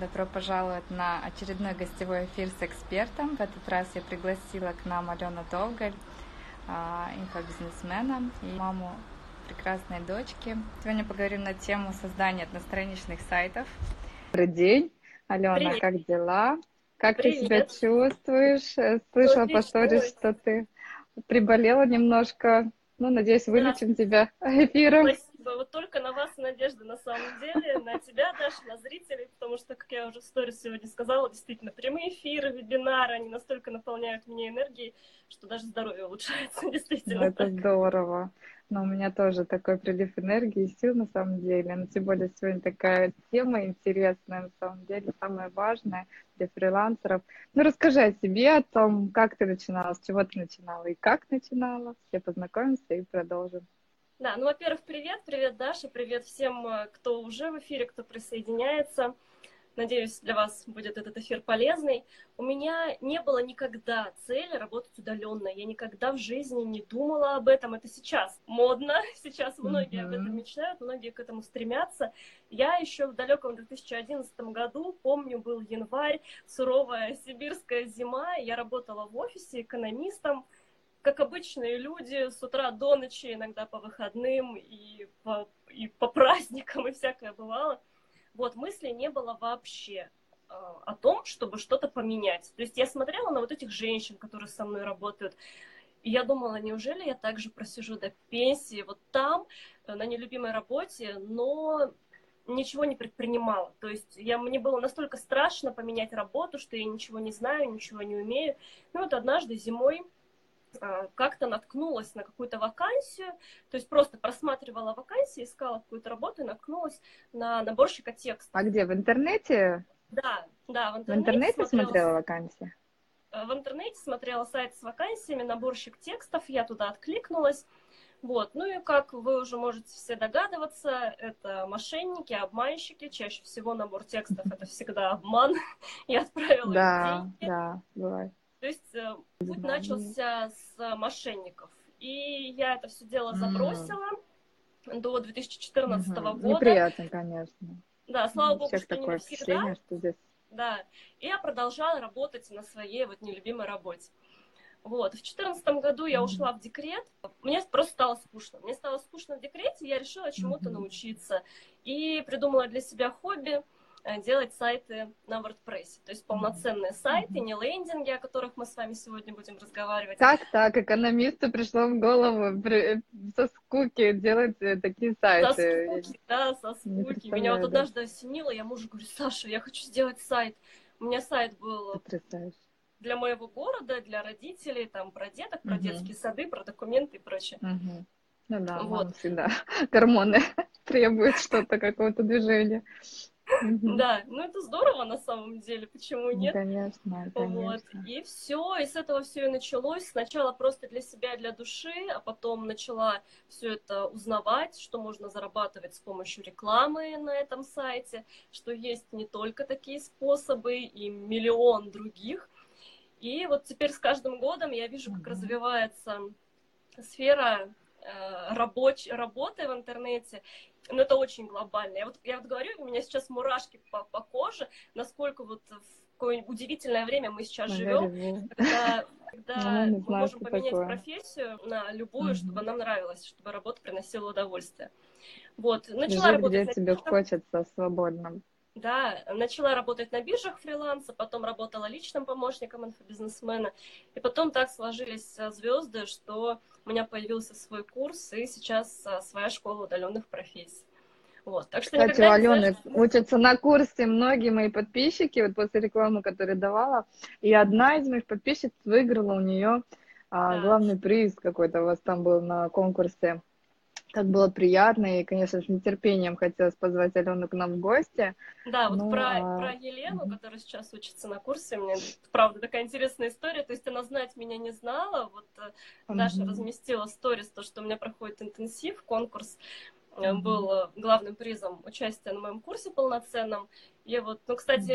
Добро пожаловать на очередной гостевой эфир с экспертом. В этот раз я пригласила к нам Алену Довгаль, инфобизнесмена и маму прекрасной дочки. Сегодня поговорим на тему создания одностраничных сайтов. Добрый день, Алена, Привет. как дела? Как ты себя Привет. чувствуешь? Слышала по Отлично. сторис, что ты приболела немножко. Ну, надеюсь, Да, вылечим тебя эфиром. спасибо. Вот только на вас надежда на самом деле, на тебя, Даша, на зрителей, потому что, как я уже в сторис сегодня сказала, действительно, прямые эфиры, вебинары, они настолько наполняют меня энергией, что даже здоровье улучшается, Ну, действительно это так. здорово. Но у меня тоже такой прилив энергии и сил на самом деле. Но тем более сегодня такая тема интересная, на самом деле, самая важная для фрилансеров. Ну, расскажи о себе, о том, как ты начинала, с чего ты начинала и как начинала. Все познакомимся и продолжим. Да, ну, во-первых, привет, Даша, привет всем, кто уже в эфире, кто присоединяется. Надеюсь, для вас будет этот эфир полезный. У меня не было никогда цели работать удаленно. Я никогда в жизни не думала об этом. Это сейчас модно. Сейчас многие об этом Мгм. мечтают, многие к этому стремятся. Я еще в далеком 2011 году, помню, был январь, суровая сибирская зима. Я работала в офисе экономистом. Как обычные люди, с утра до ночи, иногда по выходным и по праздникам, и всякое бывало. Вот, мысли не было вообще о том, чтобы что-то поменять. То есть я смотрела на вот этих женщин, которые со мной работают, и я думала, неужели я также просижу до пенсии вот там, на нелюбимой работе, но ничего не предпринимала. То есть мне было настолько страшно поменять работу, что я ничего не знаю, ничего не умею. Ну вот однажды зимой как-то наткнулась на какую-то вакансию, то есть просто просматривала вакансии, искала какую-то работу и наткнулась на наборщика А текстов. где? В интернете? Да, В интернете смотрела вакансии? В интернете смотрела сайт с вакансиями, наборщик текстов, я туда откликнулась. Вот. Ну и как вы уже можете все догадываться, это мошенники, обманщики. Чаще всего набор текстов это всегда обман. Я отправила им Да, деньги. да, бывает. То есть путь Знаю. начался с мошенников. И я это все дело М, забросила до 2014 мгм. года. Неприятно, конечно. Да, слава У богу, всех что не такое навсегда. впечатление, что здесь... Да. И я продолжала работать на своей вот нелюбимой работе. Вот. В 2014 году я Мгм. ушла в декрет. Мне просто стало скучно. Мне стало скучно в декрете, я решила чему-то Мгм. научиться. И придумала для себя хобби делать сайты на WordPress. То есть Мгм. полноценные сайты, Мгм. не лендинги, о которых мы с вами сегодня будем разговаривать. Как так экономисту пришло в голову со скуки делать такие Со сайты? Я скуки, да, со не скуки. Меня вот представляю даже. однажды осенило, я мужу говорю, Саша, я хочу сделать сайт. У меня сайт был Потрясающе. для моего города, для родителей, там, про деток, про Мгм. детские сады, про документы и прочее. Мгм. Ну да, Вот. мама всегда гормоны требует что-то, какого-то движения. Мгм. Да, ну это здорово на самом деле, почему Ну, нет? конечно, Вот. конечно. И все, и с этого все и началось. Сначала просто для себя, для души, а потом начала все это узнавать, что можно зарабатывать с помощью рекламы на этом сайте, что есть не только такие способы и миллион других. И вот теперь с каждым годом я вижу, как Мгм. развивается сфера работы в интернете. Но это очень глобально. Я вот говорю, у меня сейчас мурашки по коже, насколько вот в какое удивительное время мы сейчас Я живем, реву. Она когда не мы знает, можем что поменять такое. профессию на любую, чтобы Мгм. нам нравилось, чтобы работа приносила удовольствие. Вот. Начала Жить, работать где на тебе биржах. хочется, свободно. Да, начала работать на биржах фриланса, потом работала личным помощником инфобизнесмена, и потом так сложились звезды, что у меня появился свой курс, и сейчас своя школа удаленных профессий. Вот. Так что Кстати, у никогда не знаешь, Алены учатся на курсе многие мои подписчики, вот после рекламы, которую давала, и одна из моих подписчиц выиграла у нее да, главный приз какой-то у вас там был на конкурсе. Так было приятно, и, конечно, с нетерпением хотелось позвать Алену к нам в гости. да, вот Ну, про Елену, мгм, которая сейчас учится на курсе, у меня, правда, такая интересная история, то есть она знать меня не знала, вот Даша мгм, разместила сторис, то, что у меня проходит интенсив, конкурс, мгм, был главным призом участия на моем курсе полноценном. И вот, ну, кстати, мгм.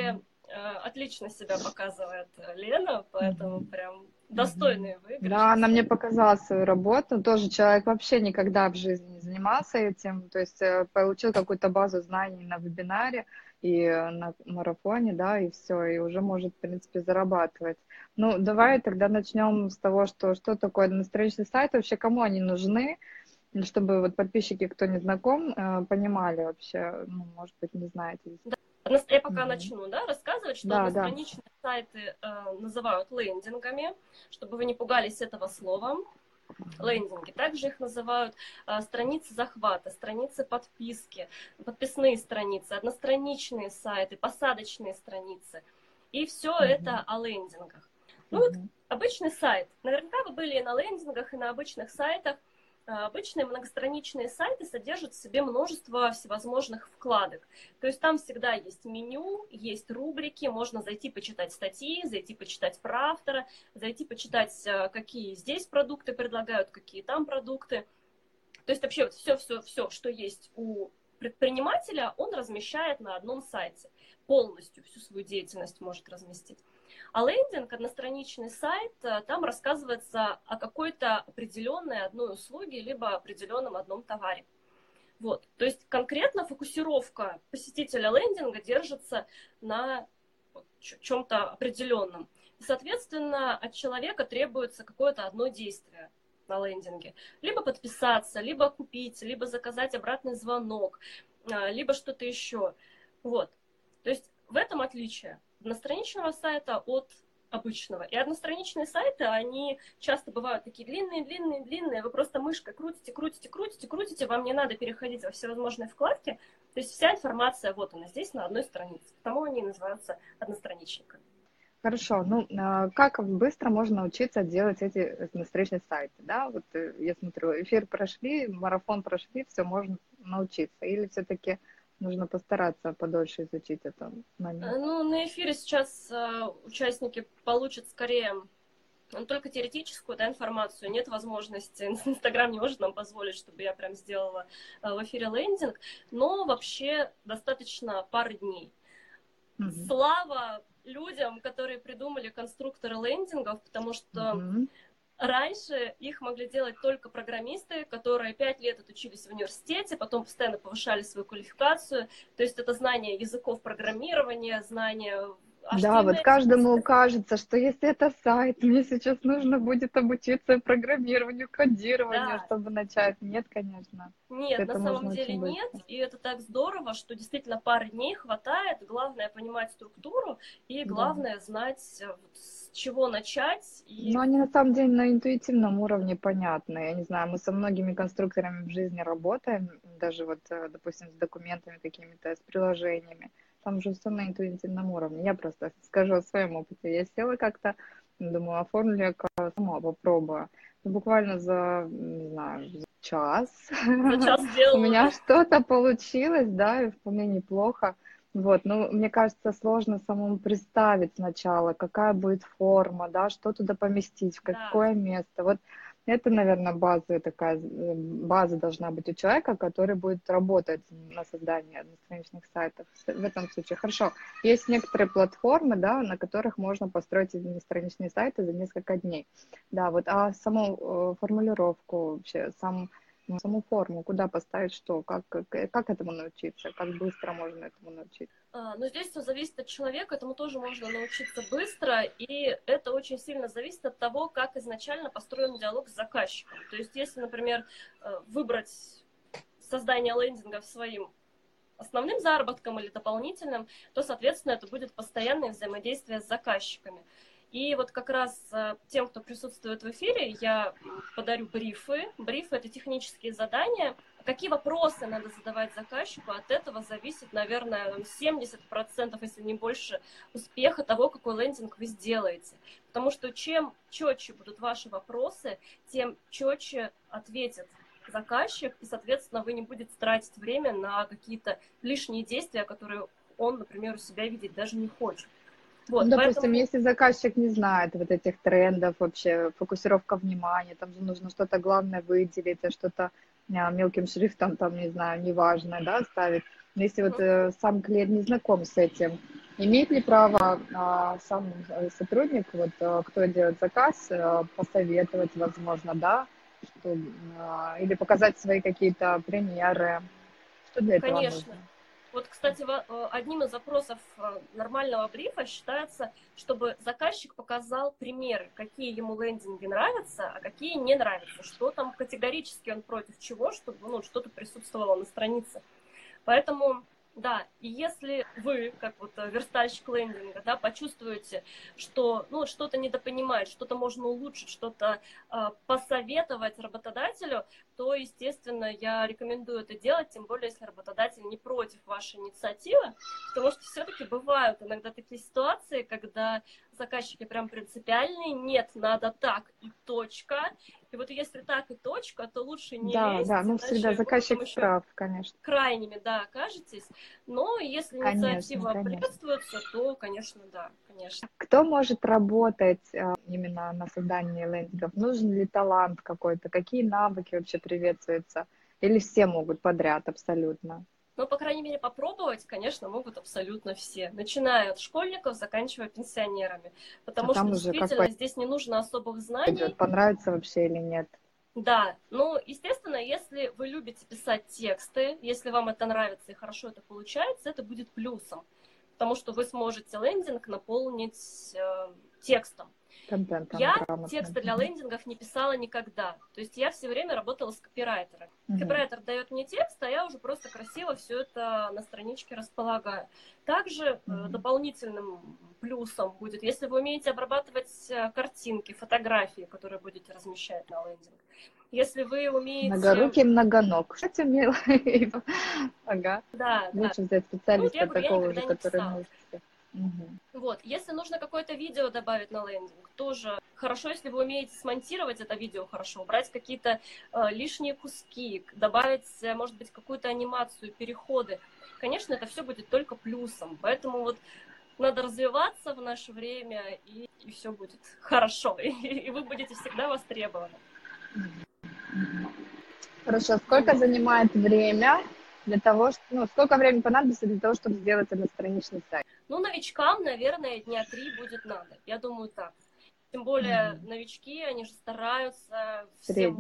Отлично себя показывает Лена, поэтому Мгм. прям Мгм. достойный выигрыш Да, от она мне всех. показала свою работу. Тоже человек вообще никогда в жизни не занимался этим. То есть получил какую-то базу знаний на вебинаре и на марафоне, да, и все, и уже может, в принципе, зарабатывать. Ну, давай тогда начнем с того, что такое одностраничный сайт, вообще кому они нужны, чтобы вот подписчики, кто не знаком, понимали вообще, ну, может быть, не знаете. Я пока Мгм. начну, да, рассказывать, что Да, да. одностраничные сайты называют лендингами, чтобы вы не пугались этого слова. Лендинги. Также их называют страницы захвата, страницы подписки, подписные страницы, одностраничные сайты, посадочные страницы. И все это Мгм. о лендингах. Ну вот Мгм. обычный сайт. Наверняка вы были и на лендингах, и на обычных сайтах. Обычные многостраничные сайты содержат в себе множество всевозможных вкладок. То есть там всегда есть меню, есть рубрики, можно зайти почитать статьи, зайти почитать про автора, зайти почитать, какие здесь продукты предлагают, какие там продукты. То есть вообще вот все, что есть у предпринимателя, он размещает на одном сайте. Полностью всю свою деятельность может разместить. А лендинг, одностраничный сайт, там рассказывается о какой-то определенной одной услуге, либо определенном одном товаре. Вот. То есть конкретно фокусировка посетителя лендинга держится на чем-то определенном. И, соответственно, от человека требуется какое-то одно действие на лендинге. Либо подписаться, либо купить, либо заказать обратный звонок, либо что-то еще. Вот. То есть в этом отличие одностраничного сайта от обычного. И одностраничные сайты, они часто бывают такие длинные, длинные, длинные. Вы просто мышкой крутите, крутите, крутите, крутите. Вам не надо переходить во всевозможные вкладки. То есть вся информация вот она здесь на одной странице. Потому они называются одностраничниками. Хорошо, ну как быстро можно научиться делать эти настречные сайты, да? Вот я смотрю, эфир прошли, марафон прошли, все можно научиться. Или все-таки нужно постараться подольше изучить этот момент? Ну, на эфире сейчас участники получат скорее только теоретическую, да, информацию. Нет возможности, Инстаграм не может нам позволить, чтобы я прям сделала в эфире лендинг, но вообще достаточно пары дней. Мгм. Слава людям, которые придумали конструкторы лендингов, потому что Мгм. раньше их могли делать только программисты, которые 5 лет отучились в университете, потом постоянно повышали свою квалификацию. То есть это знание языков программирования, знание Да, вот HTML, каждому CSS. кажется, что если это сайт, мне сейчас нужно будет обучиться программированию, кодированию, Да, чтобы начать. Нет, конечно, нет, на это самом можно деле очень нет, быстро. и это так здорово, что действительно пары дней хватает. Главное понимать структуру, и Да. главное знать, вот с чего начать. Но И они на самом деле на интуитивном уровне понятны. Я не знаю, мы со многими конструкторами в жизни работаем, даже вот, допустим, с документами какими-то, с приложениями. Там же все на интуитивном уровне. Я просто скажу о своем опыте. Я села как-то, думаю, оформлю я сама, попробую. Ну, буквально за, не знаю, за час за час у сделала, меня да? что-то получилось, да, и вполне неплохо. Вот, ну, мне кажется, сложно самому представить сначала, какая будет форма, да, что туда поместить, в Да, какое место. Вот это, наверное, базовая такая, база должна быть у человека, который будет работать на создании одностраничных сайтов. В этом случае, хорошо, есть некоторые платформы, да, на которых можно построить одностраничные сайты за несколько дней. Да, вот, а саму формулировку вообще, саму форму, куда поставить что, как этому научиться, как быстро можно этому научиться. но здесь все зависит от человека, этому тоже можно научиться быстро, и это очень сильно зависит от того, как изначально построен диалог с заказчиком. То есть, если, например, выбрать создание лендинга своим основным заработком или дополнительным, то, соответственно, это будет постоянное взаимодействие с заказчиками. И вот как раз тем, кто присутствует в эфире, я подарю брифы. Брифы — это технические задания. Какие вопросы надо задавать заказчику, от этого зависит, наверное, 70%, если не больше, успеха того, какой лендинг вы сделаете. Потому что чем четче будут ваши вопросы, тем четче ответит заказчик, и, соответственно, вы не будете тратить время на какие-то лишние действия, которые он, например, у себя видеть даже не хочет. Ну, Вот, допустим, поэтому, если заказчик не знает вот этих трендов, вообще фокусировка внимания, там же нужно что-то главное выделить, а что-то мелким шрифтом, там, не знаю, неважно, да, ставить. Но если вот сам клиент не знаком с этим, Имеет ли право сам сотрудник, вот кто делает заказ, посоветовать, возможно, да, что, или показать свои какие-то примеры? Что для этого нужно? Конечно. Вот, кстати, одним из запросов нормального брифа считается, чтобы заказчик показал примеры, какие ему лендинги нравятся, а какие не нравятся, что там категорически он против чего, чтобы что-то присутствовало на странице. Поэтому, да, и если вы, как вот верстальщик лендинга, да, почувствуете, что что-то недопонимает, что-то можно улучшить, что-то посоветовать работодателю, то, естественно, я рекомендую это делать, тем более, если работодатель не против вашей инициативы, потому что все-таки бывают иногда такие ситуации, когда заказчики прям принципиальные, нет, надо так и точка. И вот если так и точка, то лучше не Да, лезть, да, ну всегда иначе вы потом заказчик еще прав, конечно. крайними, да, окажетесь. Но если Конечно, инициатива конечно. приветствуется, то, конечно, да, конечно. Кто может работать именно на создании лендингов? Нужен ли талант какой-то? Какие навыки вообще приветствуются? Или все могут подряд абсолютно? Но, по крайней мере, попробовать, конечно, могут абсолютно все, начиная от школьников, заканчивая пенсионерами. А Потому что там уже как действительно здесь не нужно особых пойдет, знаний. понравится вообще или нет. Да, ну, естественно, если вы любите писать тексты, если вам это нравится и хорошо это получается, это будет плюсом, потому что вы сможете лендинг наполнить текстом. Контентом Я грамотным. тексты для лендингов не писала никогда. То есть я все время работала с копирайтером. Копирайтер дает мне текст, а я уже просто красиво все это на страничке располагаю. Также дополнительным плюсом будет, если вы умеете обрабатывать картинки, фотографии, которые будете размещать на лендинг. Если вы умеете... Многорукий, многоног. Кстати, умела. Ага. Да, да. Лучше взять Ну, вот я специалиста говорю, я такого же, никогда не который писала. может все. Вот, если нужно какое-то видео добавить на лендинг, тоже хорошо, если вы умеете смонтировать это видео хорошо, убрать какие-то лишние куски, добавить, может быть, какую-то анимацию, переходы. Конечно, это все будет только плюсом, поэтому вот надо развиваться в наше время, и все будет хорошо, и вы будете всегда востребованы. Хорошо, сколько занимает время для того, сколько времени понадобится для того, чтобы сделать одностраничный сайт? Ну, новичкам, наверное, дня 3 будет надо. Я думаю, так. Тем более новички, они же стараются, все,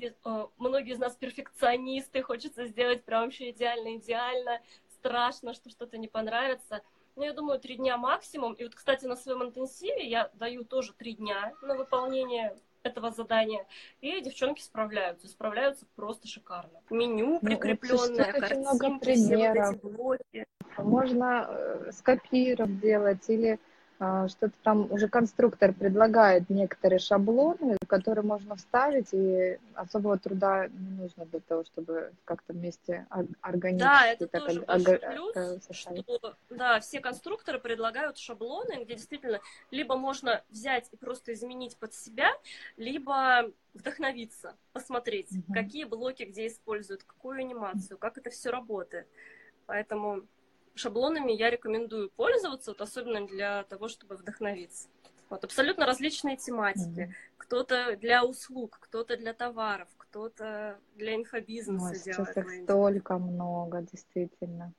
многие из нас перфекционисты, хочется сделать прям вообще идеально, страшно, что что-то не понравится. Но я думаю, 3 дня максимум. И вот, кстати, на своем интенсиве я даю тоже 3 дня на выполнение этого задания, и девчонки справляются просто шикарно. Меню прикрепленное, Вот очень много картинки, все вот примеров. эти блоки. Можно скопировать делать или что-то там уже конструктор предлагает некоторые шаблоны, которые можно вставить, и особого труда не нужно для того, чтобы как-то вместе Да, это органически так тоже большой это плюс, составить. что, да, все конструкторы предлагают шаблоны, где действительно либо можно взять и просто изменить под себя, либо вдохновиться, посмотреть, какие блоки где используют, какую анимацию, как это все работает. Поэтому шаблонами я рекомендую пользоваться, вот особенно для того, чтобы вдохновиться. Вот, абсолютно различные тематики. Кто-то для услуг, кто-то для товаров, кто-то для инфобизнеса Сейчас делает их лендинг. столько много, действительно.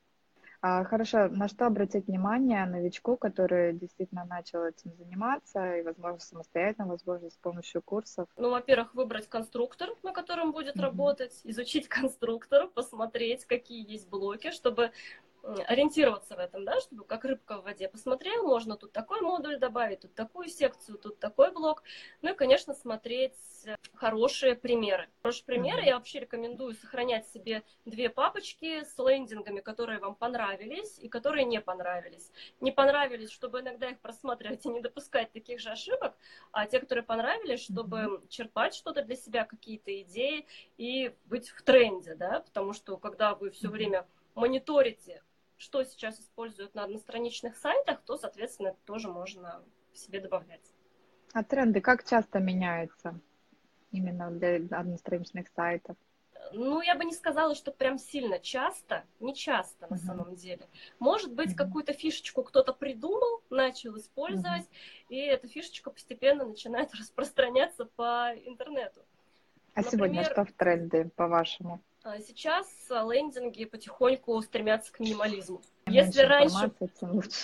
Хорошо, на что обратить внимание новичку, который действительно начал этим заниматься, и, возможно, самостоятельно, возможно, с помощью курсов? Ну, во-первых, выбрать конструктор, на котором будет работать, изучить конструктор, посмотреть, какие есть блоки, чтобы ориентироваться в этом, да, чтобы как рыбка в воде посмотрел, можно тут такой модуль добавить, тут такую секцию, тут такой блок. Ну и, конечно, смотреть хорошие примеры. Хорошие примеры я вообще рекомендую сохранять себе 2 папочки с лендингами, которые вам понравились и которые не понравились. Не понравились, чтобы иногда их просматривать и не допускать таких же ошибок, а те, которые понравились, чтобы черпать что-то для себя, какие-то идеи и быть в тренде, да, потому что когда вы все время мониторите, что сейчас используют на одностраничных сайтах, то, соответственно, это тоже можно себе добавлять. А тренды как часто меняются именно для одностраничных сайтов? Ну, я бы не сказала, что прям сильно часто, не часто на самом деле. Может быть, какую-то фишечку кто-то придумал, начал использовать, и эта фишечка постепенно начинает распространяться по интернету. А сегодня что в тренде, по-вашему? Сейчас лендинги потихоньку стремятся к минимализму. Чем меньше информации, тем лучше.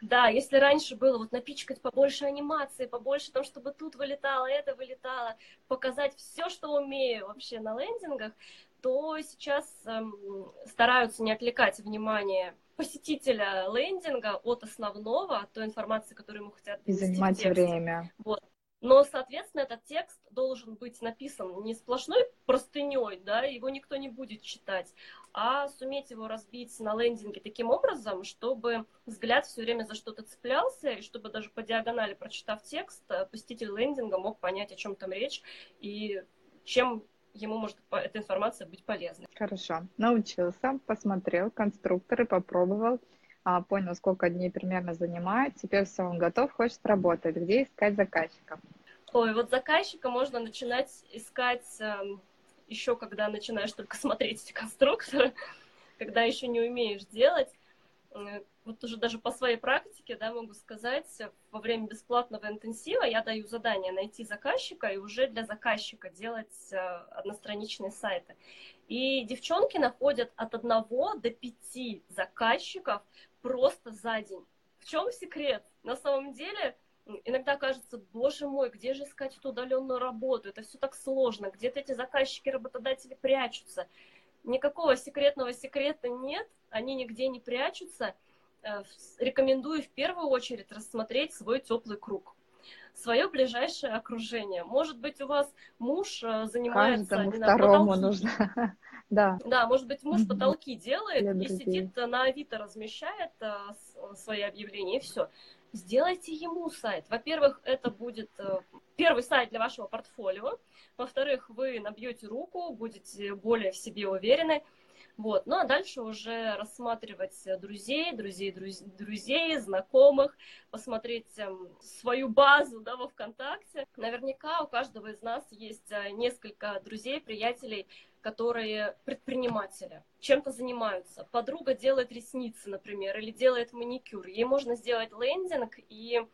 Да, если раньше было вот напичкать побольше анимации, побольше там, чтобы тут вылетало, это вылетало, показать все, что умею вообще на лендингах, то сейчас стараются не отвлекать внимание посетителя лендинга от основного, от той информации, которую ему хотят И донести в занимать тексте. время. Вот. Но, соответственно, этот текст должен быть написан не сплошной простыней, да, его никто не будет читать, а суметь его разбить на лендинге таким образом, чтобы взгляд все время за что-то цеплялся, и чтобы даже по диагонали, прочитав текст, посетитель лендинга мог понять, о чем там речь, и чем ему может эта информация быть полезной. Хорошо. Научился, посмотрел конструкторы, попробовал, понял, сколько дней примерно занимает. Теперь все, он готов, хочет работать. Где искать заказчиков? Ой, вот заказчика можно начинать искать еще, когда начинаешь только смотреть эти конструкторы, когда еще не умеешь делать. Вот уже даже по своей практике, да, могу сказать, во время бесплатного интенсива я даю задание найти заказчика и уже для заказчика делать одностраничные сайты. И девчонки находят от 1 до 5 заказчиков просто за день. В чем секрет? На самом деле, иногда кажется, боже мой, где же искать эту удаленную работу? Это все так сложно. Где-то эти заказчики, работодатели прячутся. Никакого секретного секрета нет, они нигде не прячутся. Рекомендую в первую очередь рассмотреть свой теплый круг, свое ближайшее окружение. Может быть, у вас муж занимается, Каждому не знаю, второму потолки. нужно. Да. Да, может быть, муж потолки делает Для и друзей. сидит на Авито, размещает свои объявления, и все. Сделайте ему сайт. Во-первых, это будет первый сайт для вашего портфолио. Во-вторых, вы набьете руку, будете более в себе уверены. Вот. Ну а дальше уже рассматривать друзей, знакомых, посмотреть свою базу, да, во ВКонтакте. Наверняка у каждого из нас есть несколько друзей, приятелей, которые предприниматели, чем-то занимаются. Подруга делает ресницы, например, или делает маникюр. Ей можно сделать лендинг, и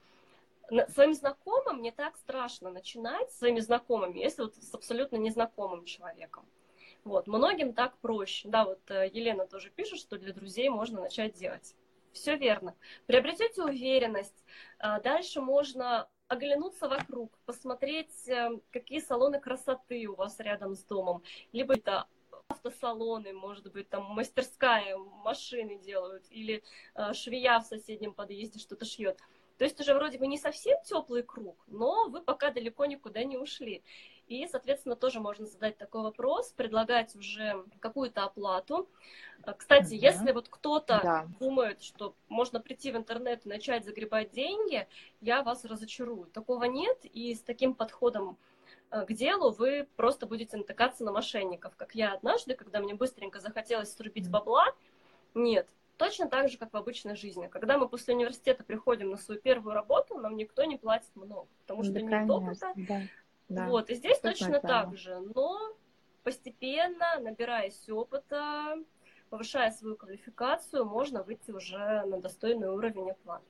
своим знакомым не так страшно начинать, своими знакомыми, если вот с абсолютно незнакомым человеком. Вот, многим так проще. Да, вот Елена тоже пишет, что для друзей можно начать делать. Все верно. Приобретете уверенность. Дальше можно оглянуться вокруг, посмотреть, какие салоны красоты у вас рядом с домом. Либо это автосалоны, может быть, там мастерская, машины делают, или швея в соседнем подъезде что-то шьет. То есть уже вроде бы не совсем теплый круг, но вы пока далеко никуда не ушли. И, соответственно, тоже можно задать такой вопрос, предлагать уже какую-то оплату. Кстати, если вот кто-то думает, что можно прийти в интернет и начать загребать деньги, я вас разочарую. Такого нет, и с таким подходом к делу вы просто будете натыкаться на мошенников. Как я однажды, когда мне быстренько захотелось срубить бабла, нет. Точно так же, как в обычной жизни. Когда мы после университета приходим на свою первую работу, нам никто не платит много, потому что нет опыта. Да. Вот, и здесь точно так же, но постепенно, набираясь опыта, повышая свою квалификацию, можно выйти уже на достойный уровень оплаты.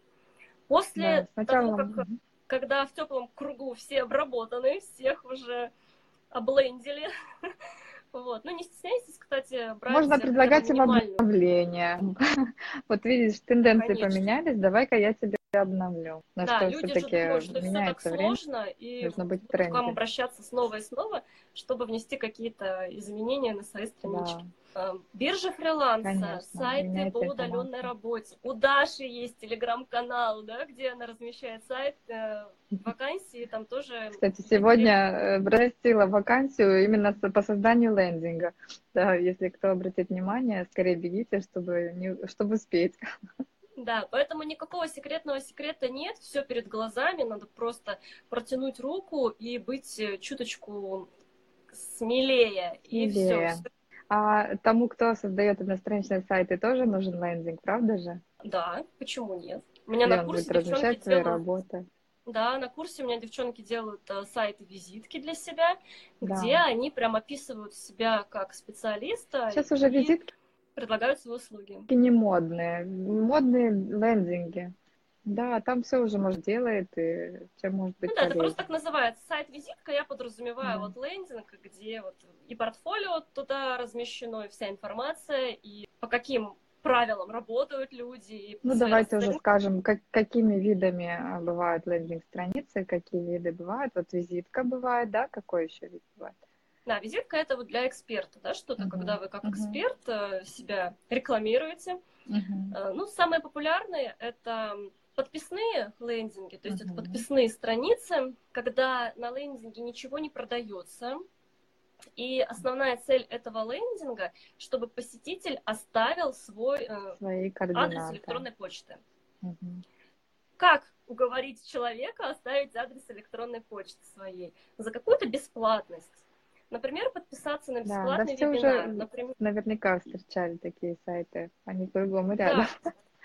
После того, когда в теплом кругу все обработаны, всех уже облендили, вот. Ну, не стесняйтесь, кстати, брать... Можно предлагать им обновление. Вот видишь, тенденции поменялись, давай-ка я тебе обновлю. Но да, люди же думают, что все так сложно, и нужно быть к вам обращаться снова и снова, чтобы внести какие-то изменения на свои странички. Да. Биржа фриланса, конечно, сайты по удаленной работе. У Даши есть телеграм-канал, да, где она размещает сайт, вакансии, там тоже... Кстати, сегодня бросила вакансию именно по созданию лендинга. Да, если кто обратит внимание, скорее бегите, чтобы успеть. Да, поэтому никакого секретного секрета нет, все перед глазами, надо просто протянуть руку и быть чуточку смелее, и все. А тому, кто создает одностраничные сайты, тоже нужен лендинг, правда же? Да, почему нет? У меня на курсе девчонки делают... работы. Да, на курсе у меня девчонки делают сайты-визитки для себя, где они прям описывают себя как специалиста. Сейчас уже визитки предлагают свои услуги. Не модные лендинги. Да, там все уже может делает, и чем может быть полезно. Это просто так называется. Сайт-визитка, я подразумеваю вот лендинг, где вот и портфолио туда размещено, и вся информация, и по каким правилам работают люди и по Ну, своей давайте уже расценке. скажем, какими видами бывают лендинг-страницы, какие виды бывают. Вот визитка бывает, да? Какой еще вид бывает? Да, визитка это вот для эксперта, да, что-то, когда Мгм, вы как мгм, эксперт себя рекламируете. мгм, Ну, самые популярные это подписные лендинги, то есть это мгм. подписные страницы, когда на лендинге ничего не продается, и основная цель этого лендинга, чтобы посетитель оставил свой Свои адрес координаты. электронной почты. Мгм. Как уговорить человека оставить адрес электронной почты своей? За какую-то бесплатность. Например, подписаться на Да, да, бесплатный все вебинар. уже Например, наверняка встречали такие сайты. Они кругом и рядом. да,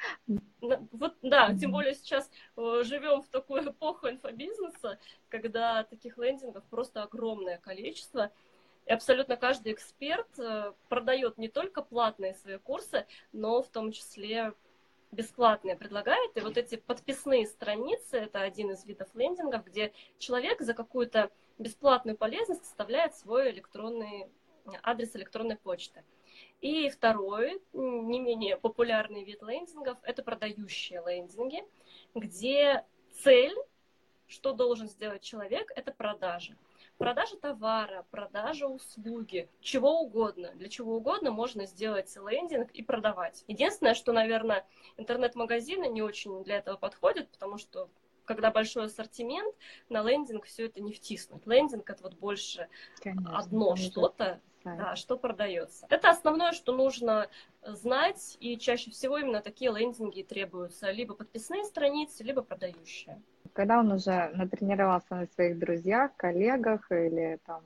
вот да, тем Мгм. более сейчас живем в такую эпоху инфобизнеса, когда таких лендингов просто огромное количество. И абсолютно каждый эксперт продает не только платные свои курсы, но в том числе бесплатные предлагает. И вот эти подписные страницы, это один из видов лендингов, где человек за какую-то бесплатную полезность оставляет свой электронный адрес электронной почты. И второй, не менее популярный вид лендингов, это продающие лендинги, где цель, что должен сделать человек, это продажа. Продажа товара, продажа услуги, чего угодно. Для чего угодно можно сделать лендинг и продавать. Единственное, что, наверное, интернет-магазины не очень для этого подходят, потому что когда большой ассортимент, на лендинг все это не втиснуть. Лендинг это вот больше Конечно, одно там уже что-то, сайт. да, что продается. Это основное, что нужно знать, и чаще всего именно такие лендинги требуются. Либо подписные страницы, либо продающие. Когда он уже натренировался на своих друзьях, коллегах или там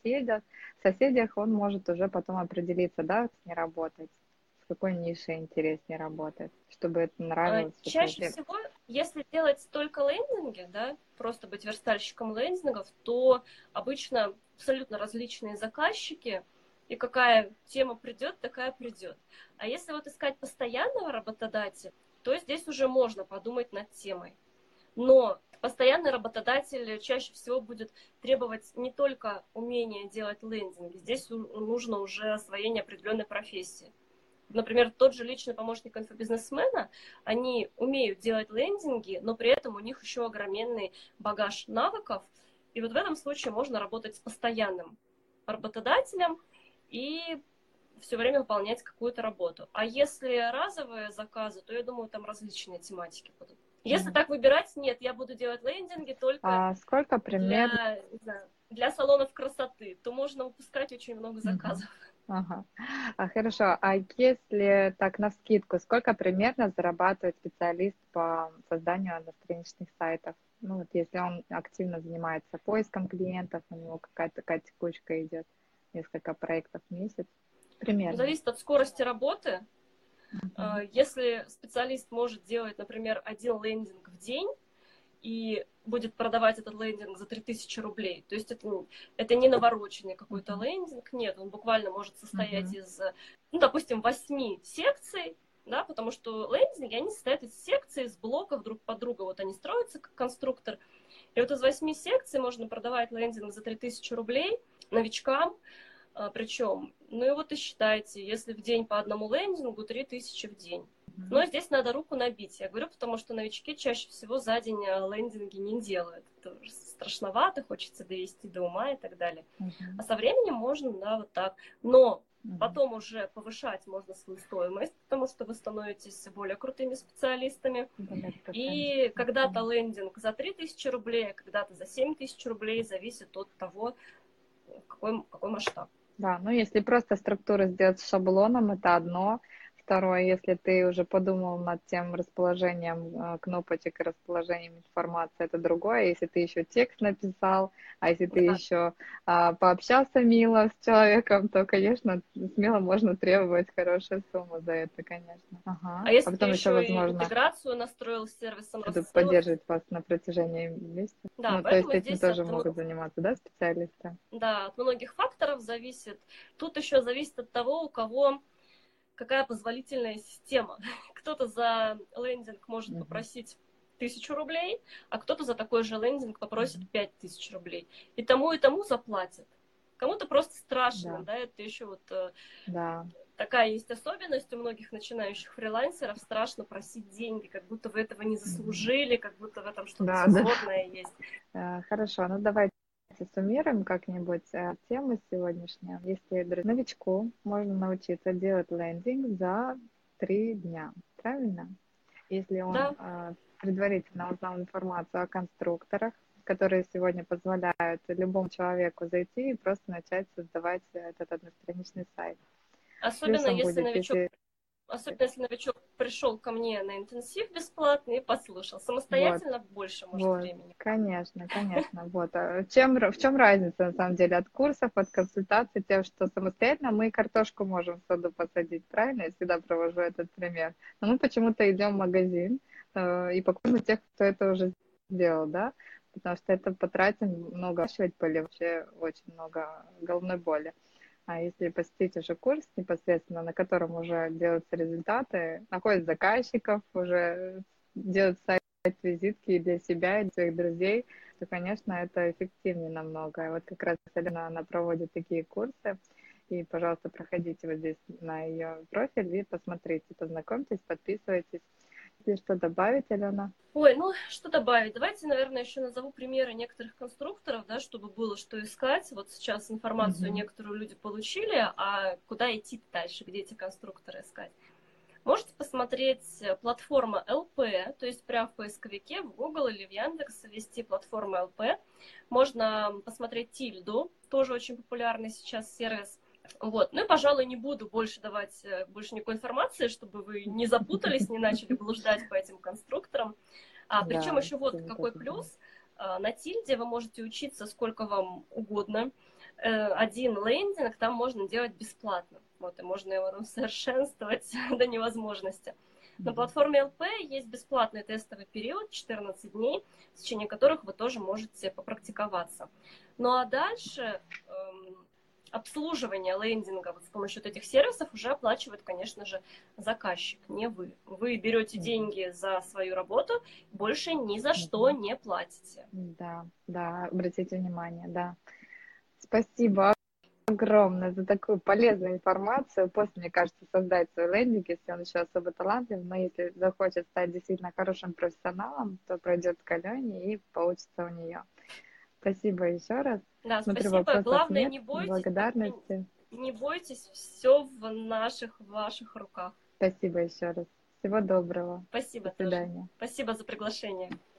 соседях, он может уже потом определиться, да, с ней работать, с какой нишей интереснее работать, чтобы это нравилось, чтобы Чаще всего, если делать только лендинги, да, просто быть верстальщиком лендингов, то обычно абсолютно различные заказчики, и какая тема придет, такая придет. А если вот искать постоянного работодателя, то здесь уже можно подумать над темой. Но постоянный работодатель чаще всего будет требовать не только умения делать лендинги, здесь нужно уже освоение определенной профессии. Например, тот же личный помощник инфобизнесмена, они умеют делать лендинги, но при этом у них еще огроменный багаж навыков. И вот в этом случае можно работать с постоянным работодателем и все время выполнять какую-то работу. А если разовые заказы, то я думаю, там различные тематики будут. Если так выбирать, нет, я буду делать лендинги только А сколько примерно? для, не знаю, для салонов красоты, то можно выпускать очень много заказов. Ага. Хорошо. А если так навскидку, сколько примерно зарабатывает специалист по созданию одностраничных сайтов? Ну вот если он активно занимается поиском клиентов, у него какая-то такая текучка идет, несколько проектов в месяц, примерно. Зависит от скорости работы. Мгм. Если специалист может делать, например, один лендинг в день и будет продавать этот лендинг за 3000 рублей, то есть это не навороченный какой-то Мгм. лендинг, нет, он буквально может состоять Мгм. из, ну, допустим, 8 секций, да, потому что лендинги, они состоят из секций, из блоков друг под друга, вот они строятся как конструктор, и вот из 8 секций можно продавать лендинг за 3000 рублей новичкам, причем, ну и вот и считайте, если в день по одному лендингу, 3000 в день. Мгм. Но здесь надо руку набить. Я говорю, потому что новички чаще всего за день лендинги не делают. Это страшновато, хочется довести до ума и так далее. А Мгм. со временем можно, да, вот так. Но Мгм. потом уже повышать можно свою стоимость, потому что вы становитесь более крутыми специалистами. Более И когда-то профессионально. лендинг за 3000 рублей, а когда-то за 7000 рублей, зависит от того, какой масштаб. Да, ну если просто структуру сделать с шаблоном, это одно. Второе, если ты уже подумал над тем расположением кнопочек и расположением информации, это другое. Если ты еще текст написал, а если ты Да. еще пообщался мило с человеком, то, конечно, смело можно требовать хорошую сумму за это, конечно. А Ага. А если ты потом еще, еще и возможно, интеграцию настроил с сервисом будут рассылок, поддерживать вас на протяжении месяца. да, Ну, то есть поэтому этим здесь тоже могут заниматься, да, специалисты? да, от многих факторов зависит. Тут еще зависит от того, у кого какая позволительная система. Кто-то за лендинг может Мгм. попросить 1000 рублей, а кто-то за такой же лендинг попросит Мгм. 5000 рублей. И тому заплатят. Кому-то просто страшно, Да, да, это еще вот да. такая есть особенность у многих начинающих фрилансеров, страшно просить деньги, как будто вы этого не заслужили, как будто в этом что-то Да, да. зазорное есть. Хорошо, ну давайте суммируем как-нибудь тему сегодняшнюю. Если новичку можно научиться делать лендинг за 3 дня, правильно? Если он Да, предварительно узнал информацию о конструкторах, которые сегодня позволяют любому человеку зайти и просто начать создавать этот одностраничный сайт. особенно Плюсом если будет, новичок если Особенно если новичок пришел ко мне на интенсив бесплатный и послушал. вот, Самостоятельно больше, может, вот, времени. конечно, конечно, вот. В чем разница, на самом деле, от курсов, от консультаций, тем, что самостоятельно мы картошку можем в саду посадить, правильно? Я всегда провожу этот пример. Но мы почему-то идем в магазин и покупаем у тех, кто это уже сделал, да? Потому что это потратим много, поля, вообще очень много головной боли. А если посетить уже курс непосредственно, на котором уже делаются результаты, находят заказчиков, уже делают сайт-визитки и для себя, и для своих друзей, то, конечно, это эффективнее намного. И вот как раз Алена, она проводит такие курсы, и, пожалуйста, проходите вот здесь на ее профиль и посмотрите, познакомьтесь, подписывайтесь. Если что добавить, Алена? Ой, ну что добавить? Давайте, наверное, еще назову примеры некоторых конструкторов, да, чтобы было что искать. Вот сейчас информацию Мгм. некоторую люди получили, а куда идти дальше, где эти конструкторы искать? Можете посмотреть платформа ЛП, то есть прямо в поисковике в Google или в Яндекс ввести платформу ЛП. Можно посмотреть Тильду, тоже очень популярный сейчас сервис. Вот. Ну и, пожалуй, не буду больше давать больше никакой информации, чтобы вы не запутались, не начали блуждать по этим конструкторам. Причем Да, еще вот я какой тоже думаю. плюс. На Тильде вы можете учиться сколько вам угодно. Один лендинг там можно делать бесплатно. Вот, и можно его усовершенствовать до невозможности. На платформе ЛП есть бесплатный тестовый период, 14 дней, в течение которых вы тоже можете попрактиковаться. Ну а дальше обслуживание лендинга вот с помощью вот этих сервисов уже оплачивает, конечно же, заказчик, не вы. Вы берете деньги за свою работу, больше ни за что не платите. Да, да, обратите внимание, да. Спасибо огромное за такую полезную информацию. После, мне кажется, создать свой лендинг, если он еще особо талантлив, но если захочет стать действительно хорошим профессионалом, то пройдет к Алене и получится у нее. Спасибо еще раз. Да, Смотрю, спасибо. вопросов Главное, нет. Благодарности. не бойтесь, все в ваших руках. Спасибо еще раз. Всего доброго. До Спасибо тоже. свидания. Спасибо за приглашение.